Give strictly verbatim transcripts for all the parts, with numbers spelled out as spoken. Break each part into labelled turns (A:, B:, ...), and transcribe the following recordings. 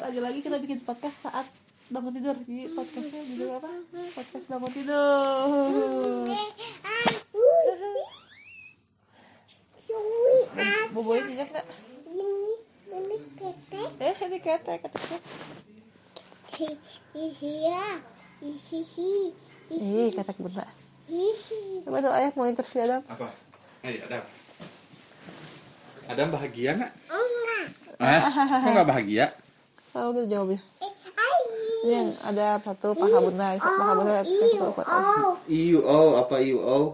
A: lagi-lagi kita bikin podcast saat bangun tidur. Jadi podcastnya judul apa? Podcast bangun tidur. Boboin injak nggak?
B: Ini, ini ketek.
A: Eh, ini ketek, keteknya.
B: Iya, isi,
A: Ih, ketek bunda.
B: isi.
A: Coba tuh ayah mau interview Adam.
C: Apa? Ayo Adam. Adam bahagia nggak?
B: Enggak.
C: Eh, kok nggak bahagia?
A: Selalu gitu jawabnya.
B: Eh, ai.
A: Ini yang ada satu paha bunda, paha bunda
B: Oh,
A: satu
B: iyo,
A: buat
B: oh.
C: I U O apa I U O?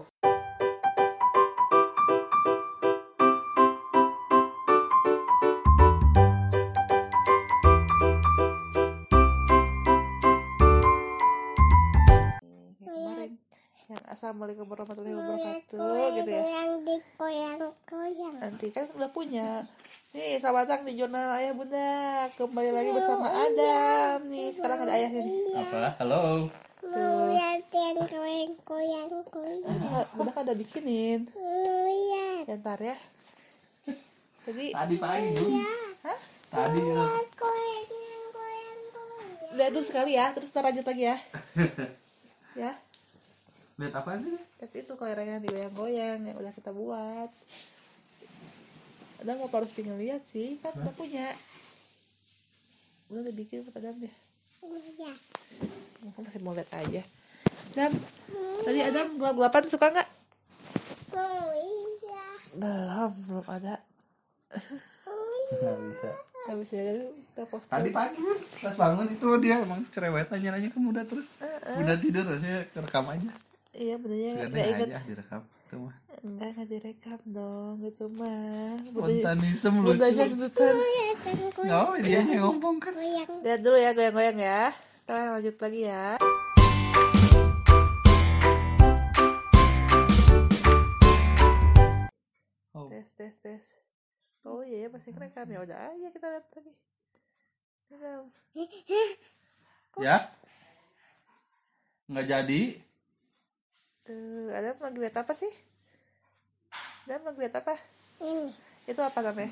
A: kemarin yang assalamualaikum warahmatullahi wabarakatuh
B: Goyang,
A: gitu ya.
B: goyang, dikoyang-koyang.
A: Nanti kan udah punya. Nih, selamat datang di jurnal ayah bunda. Kembali lagi bersama Adam. Nih, sekarang ada ayahnya nih.
C: Apa? Halo.
B: Mau lihat yang goyang-goyang-goyang.
A: Ah, bunda kan udah bikinin.
B: Mau lihat.
A: Ya, ntar ya. Jadi,
C: Tadi pagi Bun.
A: hah?
C: Tadi ya.
B: Lihat goyang-goyang-goyang.
A: Lihat dulu sekali ya, terus ntar lanjut lagi ya. Ya,
C: Lihat apa sih?
A: lihat itu kelereng yang digoyang-goyang yang udah kita buat. Adam nggak harus pengen lihat sih, kan udah punya. Udah udah bikin buat Adam deh.
B: Mau lihat.
A: Aku masih mau lihat aja. Adam, tadi Adam gelap-gelapan suka nggak?
B: Mau lihat.
A: Belum, belum ada.
C: Nggak bisa.
A: Nggak bisa ya, kita posting.
C: Tadi pagi Bun. Pas bangun itu dia emang cerewet nanya-nanya ke Bunda terus. Bunda tidur harusnya rekam aja.
A: Iya, benernya
C: Sekarang
A: nggak inget.
C: aja direkam. Itu mah.
A: Enggak, nggak direkam dong, gitu mah.
C: Spontanisme lucu.
A: Bundanya kedutan.
C: Oh, dia yang ngomong kan.
B: Goyang.
A: Lihat dulu ya, goyang-goyang ya. Kita lanjut lagi ya.
C: Oh.
A: Tes, tes, tes. Oh iya, masih kerekam ya. Udah aja kita lihat lagi. Adam.
C: Ya? Nggak jadi.
A: Tuh, Adam lagi lihat apa sih? Adam lagi lihat apa?
B: Ini.
A: Itu apa namanya?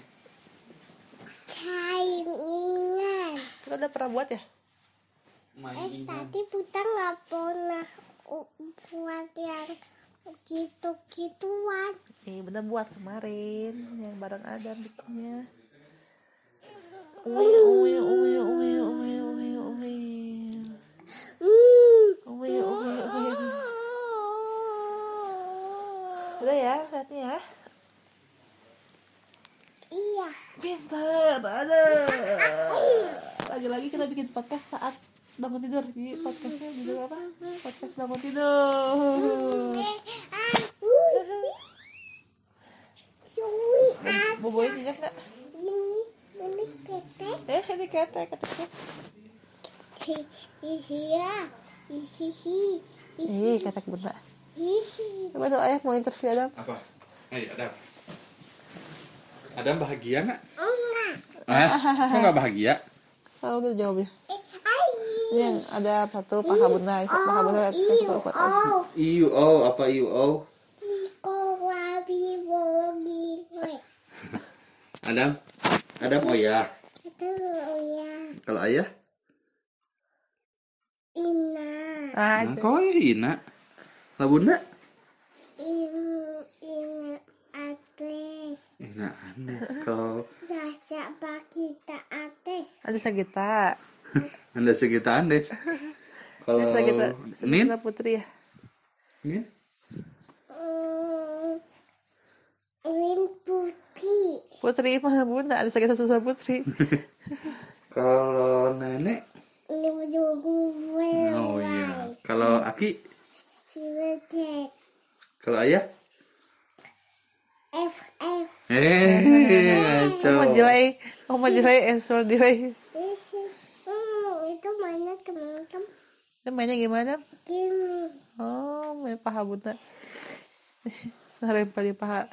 B: Saingan.
A: Kita udah pernah buat ya?
B: Eh, tadi Buta nggak pernah u- buat yang gitu-gituan.
A: Nih, bener buat kemarin yang bareng Adam bikinnya. Uwi, uwi, uwi, uwi, uwi, uwi, uwi.
B: Hmm.
A: Uwi, uwi, uwi. Udah ya, lihatnya ya.
B: Iya.
A: Pintar, ada. Lagi-lagi kita bikin podcast saat bangun tidur. Jadi podcastnya judul apa? Podcast bangun tidur.
B: Eh, ah, uh. Suwi, ah.
A: Boboin injak nggak?
B: Ini, ini ketek.
A: Eh, ini ketek, keteknya.
B: Iya, isi, isi,
A: Ih, ketek bunda.
B: isi.
A: Coba tuh ayah mau interview Adam.
C: Apa? Ayo Adam. Adam bahagia nggak?
B: Enggak.
C: Eh, kok nggak bahagia?
A: Selalu gitu jawabnya.
B: Eh, ai.
A: Ini yang ada satu paha bunda, paha bunda satu buat
B: Oh,
C: I U O apa I U O?
B: iko wabi wogi.
C: Adam. Adam oh ya.
B: Itu ya,
C: Kalau ayah?
B: Ina.
A: Ah,
C: Nah, kok ya Ina? Lah Bunda?
B: In, in, ates.
C: Ina aneh kau.
B: Saja kita ates.
A: ada Sagita.
C: Anda segitu andes. Kalau
A: Ada Sagita.
C: Nin?
A: Sagita Putri ya.
C: Nin?
B: Hmm, Win putih.
A: Putri mah bunda, ada Sagita Susah Putri.
C: Kalau nenek?
B: Ini baju gue.
C: Oh iya. Kalau Aki?
B: Si becek.
C: Kalau ayah?
B: F F.
C: Eh,
A: Kamu
C: coba.
A: jelai, kamu jelai, ensur jelai.
B: Isi. Hmm, itu mainnya teman-teman.
A: Itu mainnya gimana?
B: Gini.
A: Oh, main paha bunda. Lempar di paha.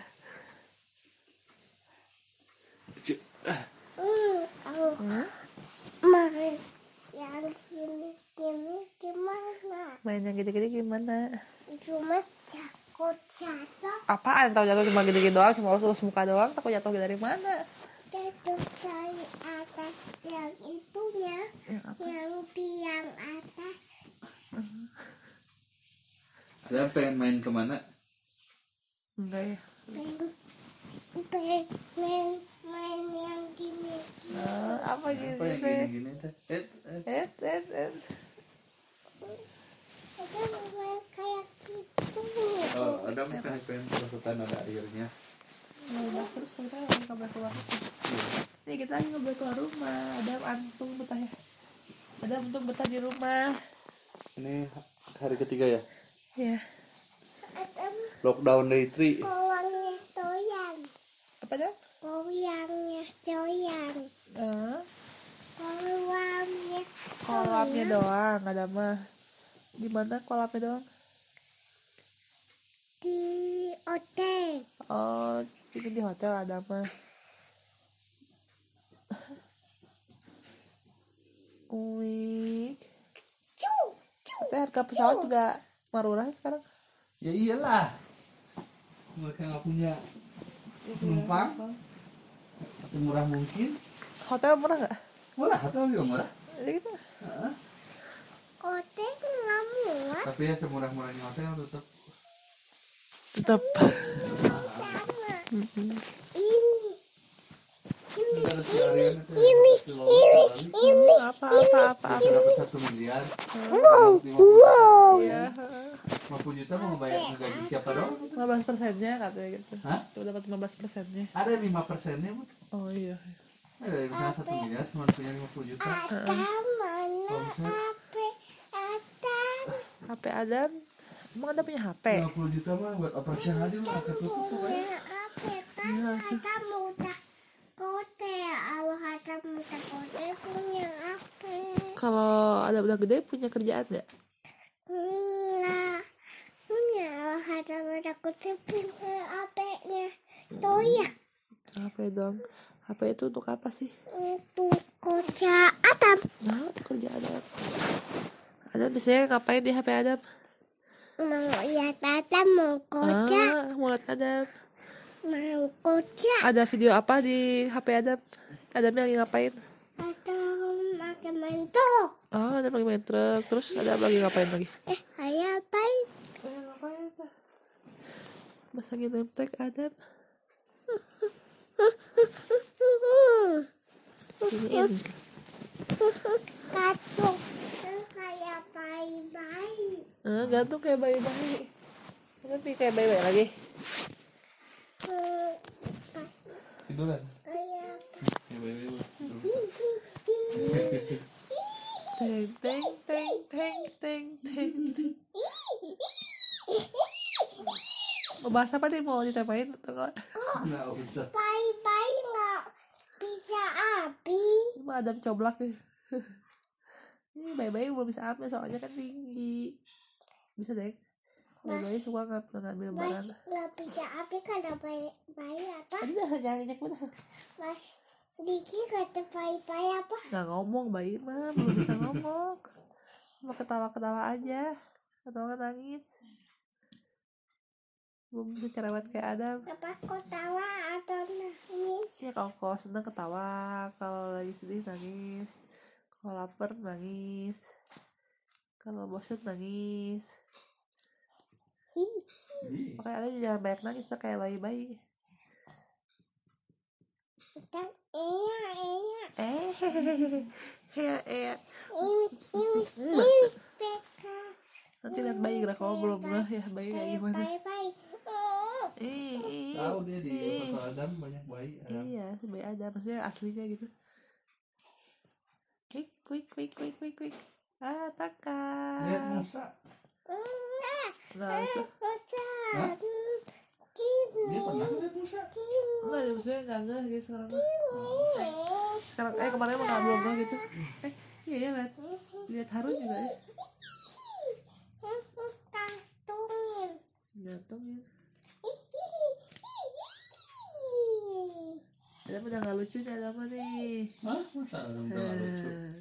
B: Hmm, oh.
A: Hmm?
B: Main yang sini gini gimana?
A: Mainnya gede-gede gimana?
B: Cuma takut jatuh,
A: Apaan tahu jatuh cuma gede-gede doang, cuma lurus muka doang, takut jatuh dari mana?
B: jatuh dari atas yang itunya.
A: Yang apa?
B: Yang tiang atas.
C: Ada pengen main kemana?
A: Enggak ya.
B: Pengen pengen main main yang gini.
A: Nah, apa gini
C: Apa yang
A: teh?
C: gini-gini teh? Eh, eh.
A: Et, et, et.
B: Ada main kayak gitu.
C: Oh, ada mungkin pengen perosotan ada airnya.
A: Ngobrol terus kita lagi ngobrol keluar. Nih kita lagi ngobrol keluar rumah. Ada antung betah ya. Ada antung betah di rumah.
C: Ini hari ketiga ya?
A: Ya.
B: Ada
C: Lockdown day three.
B: kolamnya toyan.
A: Apa dah?
B: Kolamnya toyan.
A: Eh,
B: Kolamnya
A: kolamnya doang, ada mah. Di mana kolamnya doang?
B: di hotel.
A: Oh, ini di hotel ada mah. Wih.
B: Cu, cu.
A: Tapi harga pesawat juga murah sekarang.
C: Ya iyalah. Mereka nggak punya penumpang. Semurah mungkin.
A: Hotel murah nggak?
C: Murah atau juga murah?
A: Jadi gitu.
C: Heeh.
B: Hotel nggak murah.
C: Tapi ya semurah-murahnya hotel tetap.
A: Tetap.
B: Sama. Ini. Ini.
C: Ada seharian itu ya.
B: Ini. Ini. Ini.
A: Apa apa apa apa.
C: Bisa dapat satu miliar.
B: Wow. Wow.
A: Ya,
C: lima puluh juta mau ngebayar ngegaji siapa dong?
A: lima belas persennya katanya gitu.
C: Hah?
A: Tuh dapat lima belas persennya.
C: Ada lima persennya bu.
A: Oh iya.
C: Ada misalnya satu miliar cuma punya lima puluh juta.
B: Ada mana H P Ada.
A: H P Adam. Emang ada punya H P?
C: lima puluh juta mah buat operasi aja mah agak tutup pokoknya.
B: Punya H P kan ada mudah kote. Allah ada mudah kote punya H P.
A: Kalau ada udah gede punya kerjaan nggak?
B: Enggak. Punya Allah ada mudah kote punya H P-nya. Toyak.
A: H P dong. H P itu untuk apa sih?
B: Untuk kerja Adam.
A: Nah, untuk kerja Adam. Adam biasanya ngapain di H P Adam?
B: Mau lihat Adam mau kerja.
A: Ah, mau lihat Adam.
B: Mau kerja.
A: Ada video apa di H P Adam? Adamnya lagi ngapain?
B: Atau makan mentok.
A: Oh, ada lagi main truk. Terus ada lagi ngapain lagi?
B: Eh, ayah apain?
A: Eh, ngapain tuh? Masangin nemtek Adam. Iniin.
B: Katung kayak bayi-bayi.
A: Ah, gantung kayak bayi-bayi. Nanti kayak bayi-bayi lagi.
B: Hmm,
C: Tiduran.
B: kayak
C: Ya baik-baik.
A: Teng teng teng teng teng teng. teng. Mau bahas apa nih, mau ditemain atau enggak?
C: Nggak usah.
B: bayi-bayi nggak bisa api.
A: Cuma Adam coblak nih. Ini bayi-bayi belum bisa ambil soalnya kan tinggi. Bisa deh. Bayi-bayi suka nggak pernah ngambil
B: Mas
A: barang.
B: nggak bisa api karena bayi bayi apa?
A: Tadi dah jangan nyak udah.
B: Mas Diki kata bayi-bayi apa?
A: Nggak ngomong bayi mah belum bisa ngomong. Cuma ketawa-ketawa aja. Atau nggak nangis. Belum bisa cerewet kayak Adam.
B: Apa kau tawa atau nangis?
A: Ya kalau kau seneng ketawa, kalau lagi sedih nangis, kalau lapar nangis, kalau bosan nangis.
B: Hihi.
A: Makanya ada jangan banyak nangis tuh kayak bayi-bayi.
B: Dan iya iya
A: Eh, ya eh.
B: ini ini ini Peka.
A: Nanti lihat bayi gerak kamu belum ngeh ya bayi kayak gimana.
B: Bayi-bayi. Oh.
A: Eh, eh,
C: Tahu dia di
A: eh.
C: foto Adam banyak bayi. Adam.
A: Iya, si bayi ada, maksudnya aslinya gitu. Quick, quick, quick, quick, quick, quick. Ah,
C: Lihat
A: tangkap.
C: Musa.
B: Enggak.
A: Nah, itu.
B: Bosan.
C: Hah?
B: Gini.
C: Dia pernah lihat Musa.
B: Gini.
A: Enggak, ya, maksudnya enggak ngeh gitu sekarang. mah.
B: Gini.
A: Sekarang, eh kemarin mah nggak belum ngeh gitu. Eh, iya ya, lihat. Lihat Harun juga ya.
B: Kantungin.
A: Gantungin. Ada udah nggak lucu nih, ada apa nih?
C: Hah? Masa Adam udah nggak lucu?
A: Eh,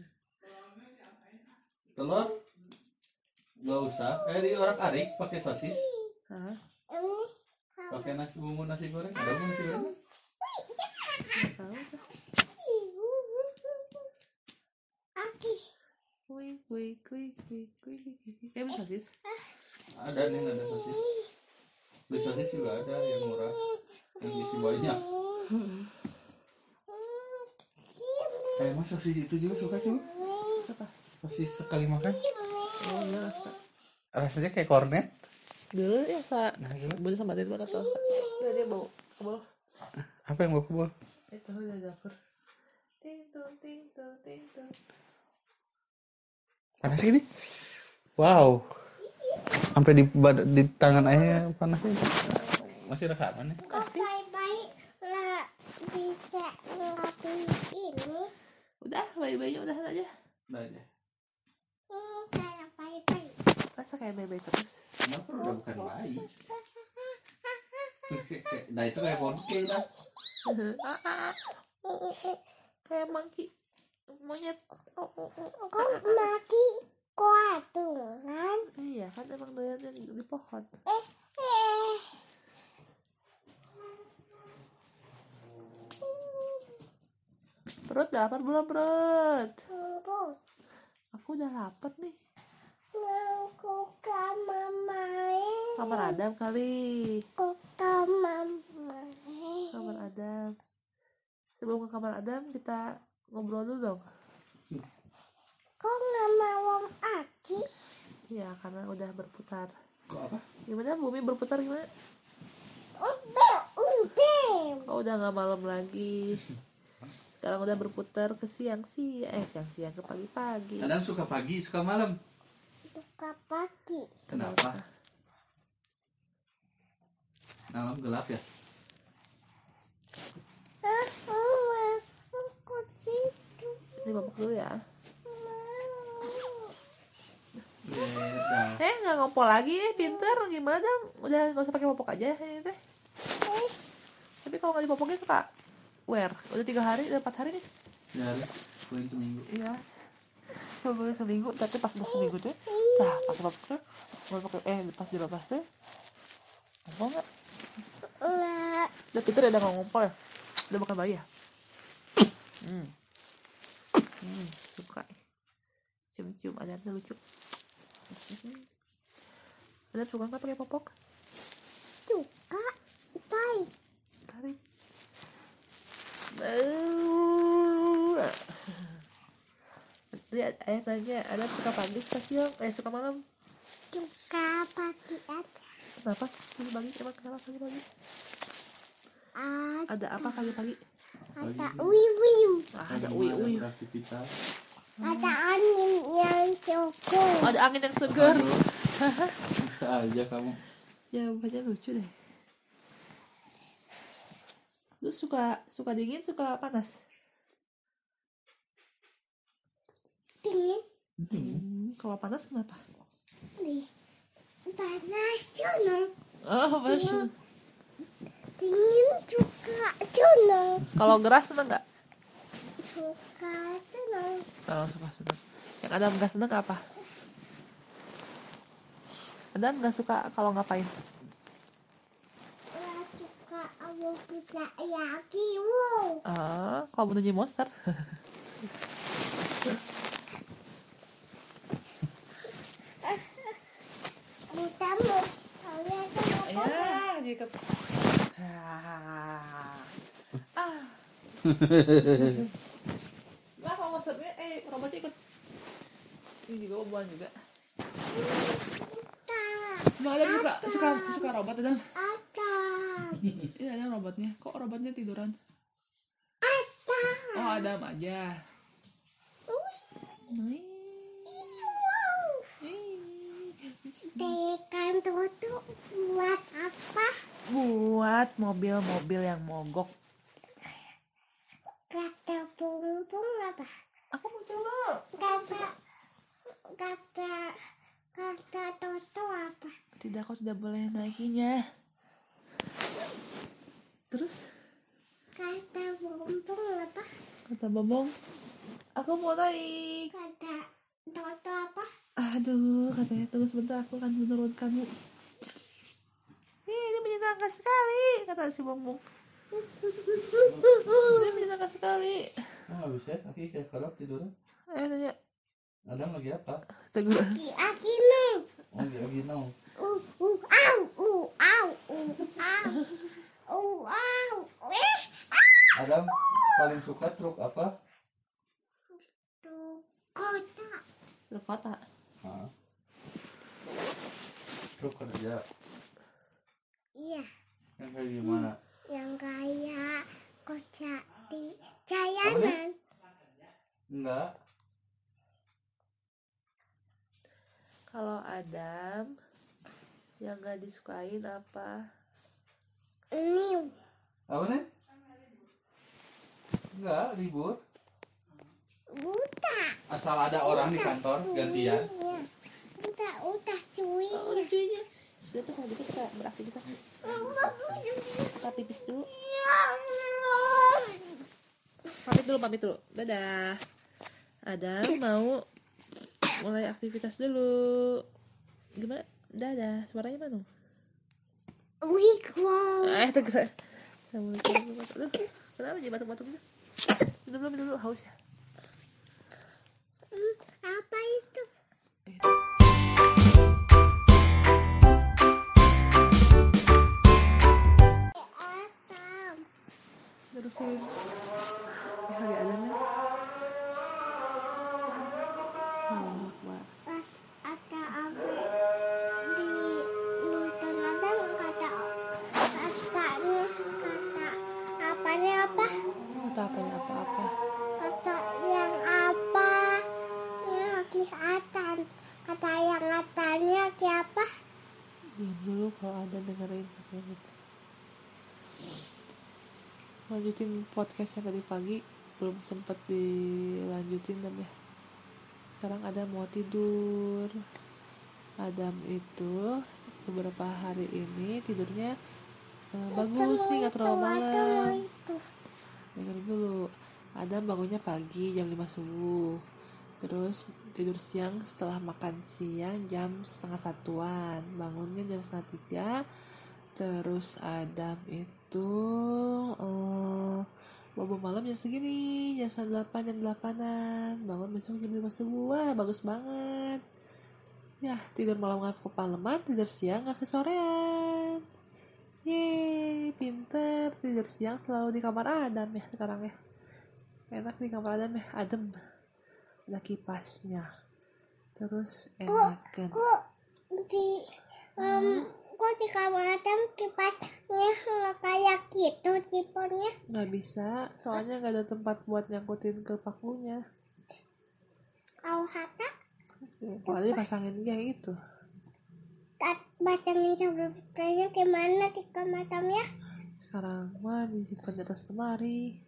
C: Telur? Gak usah. Eh di orang arik pakai sosis.
A: Hah?
B: Ini
C: Pakai nasi bumbu nasi goreng. Ada bumbu nasi goreng?
A: Nggak tahu tuh.
B: apa lagi.
A: Kuik, kuik, kuik, kuik, kuik, kuik. Eh, bisa sosis?
C: Ada nih, ada sosis. Beli sosis juga ada yang murah, yang isi banyak. Eh, mas sosis itu juga suka coba?
A: Apa?
C: Sosis sekali makan.
A: Oh, iya rasa.
C: Rasanya kayak kornet.
A: Dulu ya, Kak.
C: Nah, gimana?
A: Beli sama dia banget tau, Kak. Udah dia bau kebol.
C: Apa yang mau kebol?
A: Itu udah dapur. Ting tung ting tung ting tung.
C: Panas gini? Wow. Sampai di bad- di tangan ayah panasnya. Masih rekaman ya?
B: Kok baik-baik nggak bisa ngelakuin ini?
A: Udah, bayi-bayinya udahan aja.
C: Udah aja.
B: Hmm, kayak baik-baik.
A: Masa kayak bayi-bayi terus?
C: Kenapa udah bukan bayi? Nah itu kayak ponke dah.
A: Ah, ah, ah. Oh, oh, oh. Kayak monkey. Monyet. Oh, oh, oh.
B: Kok maki kuat tuh kan?
A: Iya kan emang doyannya di, di pohon.
B: Eh, eh.
A: Perut udah lapar belum, perut?
B: Tunggu.
A: Aku udah lapar nih.
B: Mau ke kamar main.
A: Kamar Adam kali.
B: Ke kamar main.
A: Kamar Adam. Sebelum ke kamar Adam kita ngobrol dulu dong.
B: Kok nggak mau Aki?
A: Iya karena udah berputar.
C: Kok apa?
A: Gimana bumi berputar gimana?
B: Udah, udah.
A: Oh udah nggak malam lagi. Sekarang udah berputar ke siang-siang. Eh siang-siang ke pagi-pagi.
C: Kadang suka pagi, suka malam.
B: Suka pagi.
C: Kenapa? Malam gelap ya?
B: Ah, oh, aku situ.
A: Ini babak dulu ya.
C: Beda.
A: Eh nggak ngompol lagi eh pinter gimana dong? Udah nggak usah pakai popok aja ini teh.
B: Eh,
A: Tapi kalau nggak dipopoknya suka wear. Udah tiga hari, udah empat hari nih.
C: Dari pulang seminggu.
A: Iya. Coba seminggu, tapi pas udah seminggu tuh, nah pas popoknya, pas pakai eh pas dilepas tuh, ngompol nggak?
B: lah.
A: Udah pinter ya udah nggak ngompol ya. Udah bukan bayi ya. Hmm. Hmm, suka. Cium-cium ada lucu. Ada suka nggak pakai popok?
B: Suka. Baik.
A: Tarik. Uh. Lihat ayah tanya ada suka pagi suka siang eh suka malam
B: Suka pagi aja.
A: kenapa pagi pagi emang kenapa pagi pagi
B: Ada,
A: ada apa pagi pagi
B: ada wiu-wiu.
A: ah, ada ui ui
C: Beraktivitas.
B: Ada angin yang cukup.
A: ada angin yang segar
C: Aduh. Bisa aja kamu.
A: jawabannya lucu deh. Lu suka suka dingin suka panas?
B: Dingin.
A: Hmm, kalau panas kenapa?
B: Nih. Panas sono.
A: Oh panas.
B: Dingin juga sono.
A: Kalau gerah seneng nggak?
B: Suka sono.
A: Oh suka seneng. Yang Adam nggak seneng apa? Adam nggak suka kalau ngapain?
B: Nggak suka aku bisa lagi. Wow.
A: Ah, kalau menunjuk monster.
B: Kita mau soalnya sama
A: Ya, jika ah. Ah. Lah kalau monsternya eh robotnya ikut. Ini juga omongan juga.
B: kita.
A: Bang Adam suka suka suka robot Adam.
B: Adam.
A: Iya ada robotnya. Kok robotnya tiduran?
B: Adam.
A: Oh Adam aja. Wih.
B: Tekan tutup buat apa?
A: Buat mobil-mobil yang mogok.
B: Kata bumbung apa?
A: Aku mau coba.
B: Kata kata kata toto apa?
A: Tidak, kau tidak boleh naikinya. Terus
B: Kata bumbung apa?
A: kata Bambang, aku mau naik.
B: Kata toto apa?
A: Aduh, katanya tunggu sebentar aku akan menurunkanmu. Ih, ini menyenangkan sekali, kata si Bambang. Ini menyenangkan sekali.
C: Oh, nggak bisa, kaki kayak kalau tidur.
A: Eh, tanya,
C: Adam lagi apa?
A: Tegur.
B: Aki aki no.
C: Oh, lagi lagi no.
B: Uh uh au uh au uh au. Uh au. Eh.
C: Adam paling suka truk apa?
B: Tuh kota.
A: Lu kota.
C: Hah? Truk kerja.
B: Iya.
C: Yang kayak gimana?
B: Yang kayak kocak di Jayanan.
C: Enggak.
A: Kalau Adam yang gak disukain apa?
B: New.
C: Apa nih? Enggak, libur.
B: Buta.
C: Asal ada orang di kantor gantian.
B: Suinya. Buta udah
A: Oh,
B: suinya.
A: udah cuynya. Sudah tuh kalau gitu kita beraktivitas. Kita pipis dulu. Pamit dulu, pamit dulu. Dadah. Adam mau mulai aktivitas dulu. Gimana? Dadah. Suaranya mana?
B: Wigwam.
A: Eh, tegur. Assalamualaikum. Aduh, kenapa jadi batuk-batuk gitu? Minum dulu, minum dulu. Haus ya?
B: Hmm, apa itu? Atam.
A: Terusin. Ya, hari adanya. Oh, Akbar.
B: Pas ada apa di Newton ada kata katanya kata apanya apa?
A: Kata apanya apa-apa?
B: Kata yang apa? Yang lagi atan. Kata yang atannya kayak apa?
A: Diam dulu kalau ada dengerin kayak gitu. Lanjutin podcast yang tadi pagi belum sempet dilanjutin tapi ya. Sekarang Adam mau tidur. Adam itu beberapa hari ini tidurnya eh, bagus nih, nggak terlalu malam. Dengerin dulu. Adam bangunnya pagi jam lima subuh. Terus tidur siang setelah makan siang jam setengah satuan. Bangunnya jam setengah tiga. Terus Adam itu eh, bobo malam jam segini, jam setengah delapan, jam delapanan. Bangun besok jam lima subuh. Wah, bagus banget. Ya, tidur malam gak kepaleman, tidur siang gak kesorean. Yeay, pinter. Tidur siang selalu di kamar Adam ya sekarang ya. Enak di kamar Adam ya, adem. Ada kipasnya. Terus enak kan.
B: Kok di um, kok di kamar Adam kipasnya nggak kayak gitu sifonnya?
A: Gak bisa, soalnya gak ada tempat buat nyangkutin ke pakunya.
B: Kau kata
A: Kalau dipasangin kayak gitu.
B: tak bacangin sebelumnya gimana di kamar Adam ya?
A: Sekarang mah disimpan di atas lemari.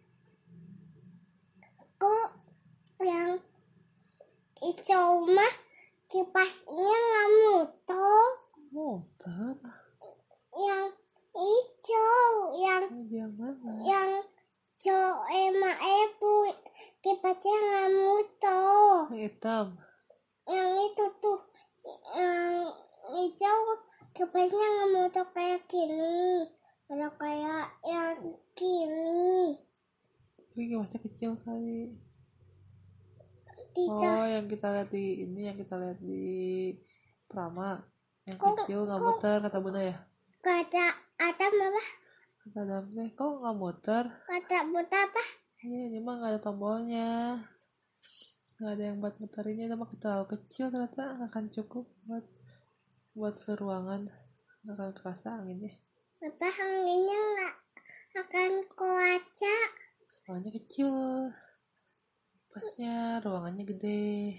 B: Kok yang hijau mah kipasnya nggak muter?
A: Motor?
B: Yang hijau yang
A: Oh, yang mana?
B: yang hijau emak ibu kipasnya nggak muter.
A: Yang hitam.
B: Yang itu tuh yang hijau kipasnya nggak muter kayak gini. Kalau kayak yang gini
A: Ini kipasnya kecil kali.
B: tidak.
A: Oh, yang kita lihat di ini, yang kita lihat di Prama. Yang
B: Kok-
A: kecil nggak
B: kok-
A: muter, kata Bunda ya.
B: Kata Adam apa?
A: Kata Damne, kok nggak muter?
B: Kata Buta apa?
A: Iya, ini mah nggak ada tombolnya. Nggak ada yang buat muterinnya, itu mah terlalu kecil ternyata, nggak akan cukup buat buat seruangan. Nggak akan kerasa anginnya.
B: Apa anginnya nggak akan kuaca?
A: Soalnya kecil. Pasnya ruangannya gede.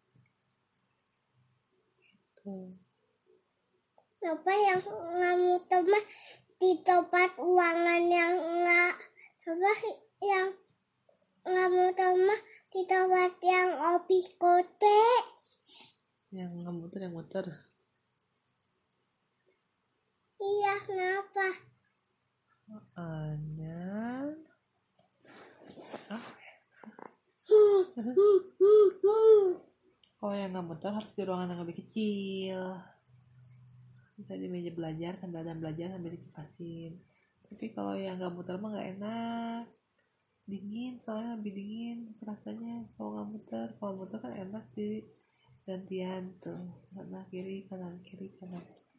A: Gitu.
B: Apa yang nggak muter mah di tempat ruangan yang nggak apa sih yang nggak muter mah di tempat yang obis kote.
A: Yang nggak muter, yang muter.
B: Iya kenapa?
A: Anyan. Ah,
B: Hmm, hmm, hmm, hmm.
A: kalau yang nggak muter harus di ruangan yang lebih kecil. Bisa di meja belajar sambil ada belajar sambil dikipasin. Tapi kalau yang nggak muter mah nggak enak. dingin, soalnya lebih dingin rasanya kalau nggak muter. Kalau muter kan enak di gantian tuh, kanan kiri kanan kiri kanan.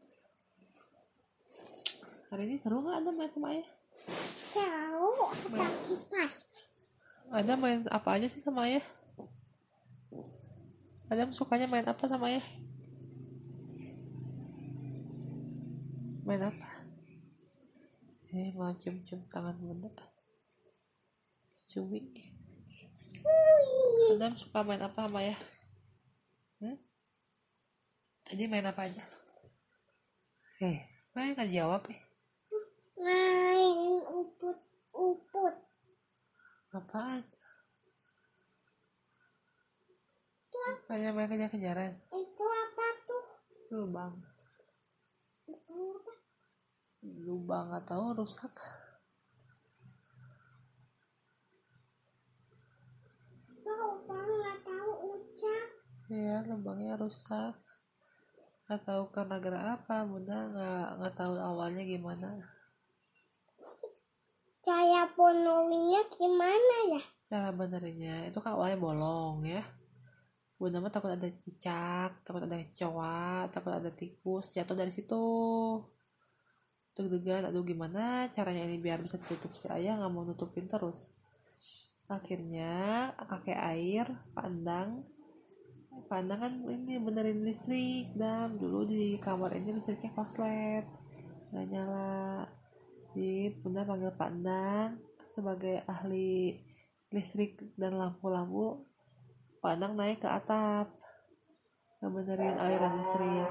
A: Hari ini seru nggak ada main sama ayah?
B: Tahu ada kipas.
A: Ada main apa aja sih sama ayah? Adam sukanya main apa sama ayah? Main apa? Eh malah cium-cium tangan bunda. Cumi. Adam suka main apa sama ayah? Hmm? Tadi main apa aja? Eh, main nggak jawab eh.
B: Main uput-uput.
A: Apaan? Kayak main kejar-kejaran.
B: Itu apa tuh?
A: Lubang.
B: Itu apa?
A: Lubang nggak tahu, rusak.
B: Lubang nggak tahu ucap.
A: Ya lubangnya rusak. Nggak tahu karena gara apa. Bunda nggak nggak tahu awalnya gimana.
B: Cara penuhinya gimana ya?
A: Cara benernya itu kan awalnya bolong ya. Bunda mah takut ada cicak, takut ada kecoa, takut ada tikus jatuh dari situ. Deg-degan, aduh gimana caranya ini biar bisa ditutup. Si ayah nggak mau nutupin terus. Akhirnya kakek air pandang, pandang kan ini benerin listrik. Dan dulu di kamar ini listriknya koslet, nggak nyala. Jadi Bunda panggil pandang sebagai ahli listrik dan lampu-lampu. Pandang naik ke atap ngebenerin aliran listrik.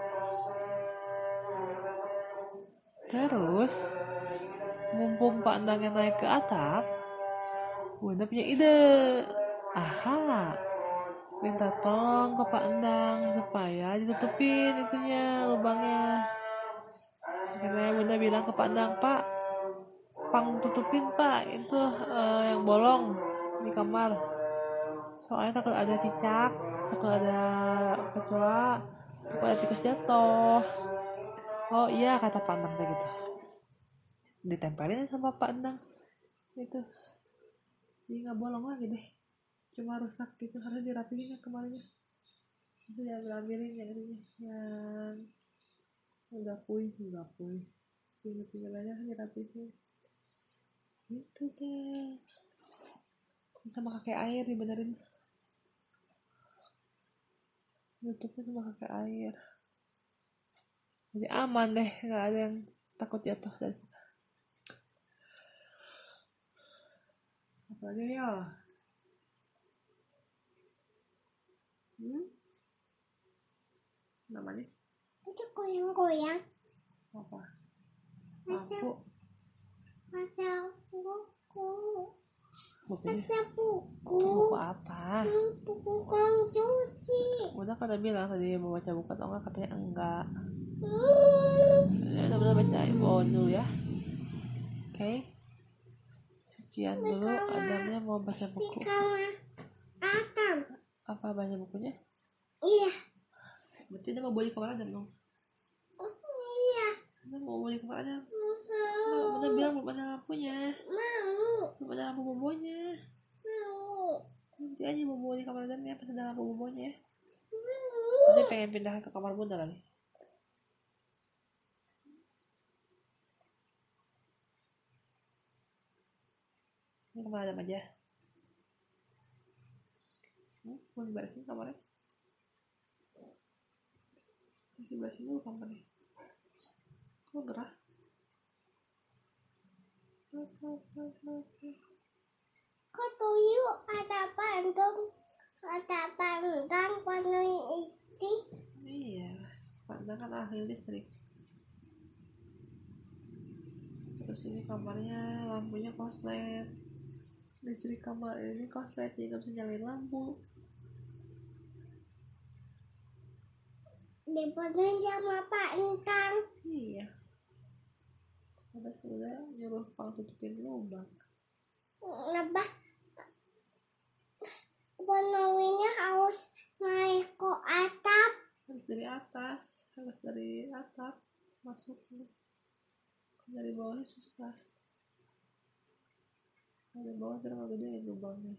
A: Terus mumpung Pandangnya naik ke atap, Bunda punya ide. Aha, minta tolong ke Pandang supaya ditutupin itunya lubangnya. Akhirnya Bunda bilang ke Pandang, Pak, pang tutupin Pak itu uh, yang bolong di kamar. Soalnya takut ada cicak, takut ada kecoa, takut ada tikus jatuh. Oh iya kata Pandang kayak gitu. Ditempelin sama Pandang itu. Jadi nggak bolong lagi deh. Cuma rusak gitu, harus dirapihin ya kemarinnya. Itu jangan ambilin ya ini yang udah puih, udah puih. Tinggal-tinggal aja dirapihin. Itu deh. Sama kakek air dibenerin. Tutupnya sama kakek air. Jadi aman deh, nggak ada yang takut jatuh dari situ. Apa aja ya? Hmm? Namanya
B: Itu goyang-goyang.
A: apa?
B: Macam
A: Lampu.
B: macam buku.
A: Bukunya
B: Macam buku.
A: buku apa?
B: Hmm, buku kong cuci.
A: Udah kan udah bilang tadi mau baca buku atau enggak, katanya enggak.
B: Hmm.
A: Ya udah udah baca bawa dulu ya. Oke. Okay. Sekian dulu Adamnya mau baca
B: Di
A: buku.
B: kamar Atam.
A: Apa baca bukunya?
B: Iya.
A: Berarti dia mau bawa di kamar Adam dong.
B: Iya.
A: Dia mau bawa di kamar Adam.
B: Mau.
A: Udah bilang belum ada lampunya.
B: Mau.
A: Belum ada lampu bobonya.
B: Mau.
A: Nanti aja mau bawa di kamar Adam ya pas ada lampu bobonya ya.
B: Mau.
A: Nanti pengen pindah ke kamar Bunda lagi. Ini kamar Adam aja. Hmm, mau diberesin kamarnya. Diberesin dulu kamarnya. Kok gerah?
B: Kok tuyul ada bandung, ada bandang penuhi istri.
A: Iya, Pandang kan ahli listrik. Terus ini kamarnya lampunya koslet. Listrik kamar ini koslet, jadi nggak bisa nyalain lampu.
B: Dipenuhi sama Pak Entang.
A: Iya. Udah sudah nyuruh Pang tutupin lubang.
B: Lebah. Penuhinya harus naik ke atap.
A: Harus dari atas, harus dari atap masuknya. Dari bawahnya susah. Ada bawah terus nggak gede ya lubangnya.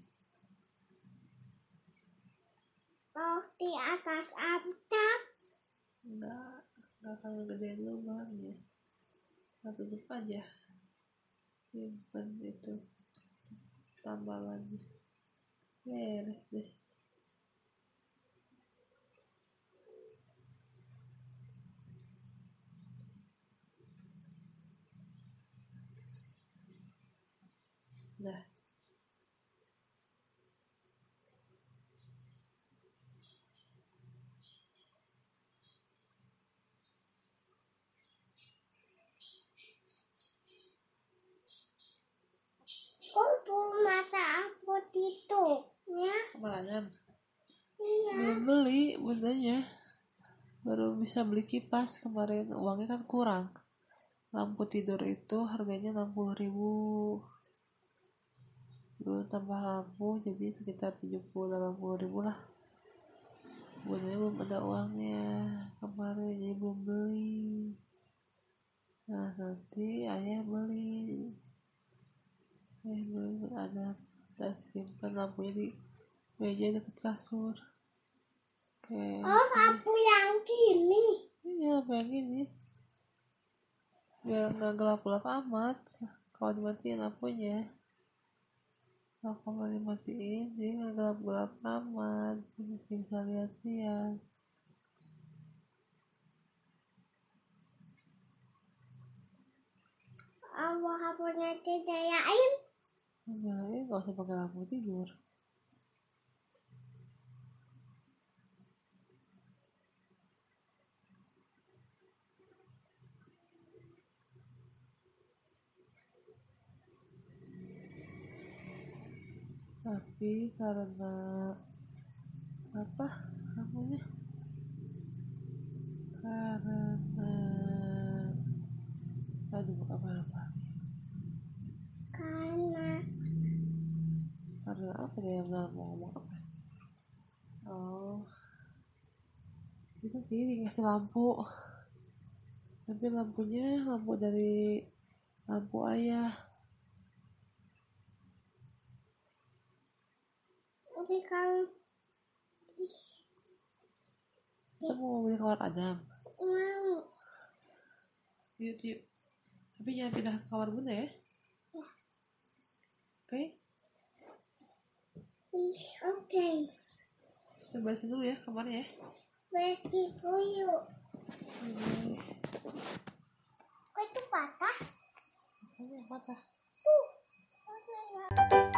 B: Oh, di atas atap.
A: Enggak, enggak akan ngegedein lubangnya. Nggak tutup aja. Simpen itu tambalannya. Beres deh. Nah,
B: Kok tuh mata aku tutup ya?
A: kemarin
B: Iya.
A: belum beli bundanya. Baru bisa beli kipas kemarin, uangnya kan kurang. Lampu tidur itu harganya enam puluh ribu. Belum tambah lampu jadi sekitar tujuh puluh delapan puluh ribu lah. Bundanya belum ada uangnya kemarin jadi belum beli. Nah nanti ayah beli. Ayah beli ada dan simpan lampunya di meja dekat kasur. Oke.
B: Oh, lampu yang gini.
A: Iya, apa yang gini? Biar nggak gelap-gelap amat. Kalau dimatiin lampunya, kalau kamar dimatiin, jadi nggak gelap-gelap amat. Masih bisa lihat-lihat.
B: Allah punya didayain.
A: Nyalain nggak usah pakai lampu tidur. Tapi karena apa namanya? Karena aduh apa apa?
B: Karena
A: Karena apa dia yang mau ngomong apa? Oh, bisa sih dikasih lampu. Tapi lampunya lampu dari lampu ayah.
B: nanti kalau
A: Kita mau beli kamar Adam.
B: mau.
A: Yuk, yuk. Tapi jangan pindah ke kamar bunda ya.
B: Ya.
A: Oke.
B: Ih, Oke.
A: Kita beresin dulu ya kamarnya ya.
B: Bagi yuk.
A: Ini
B: Kok itu patah?
A: yang patah.
B: Tuh. Sampai ya.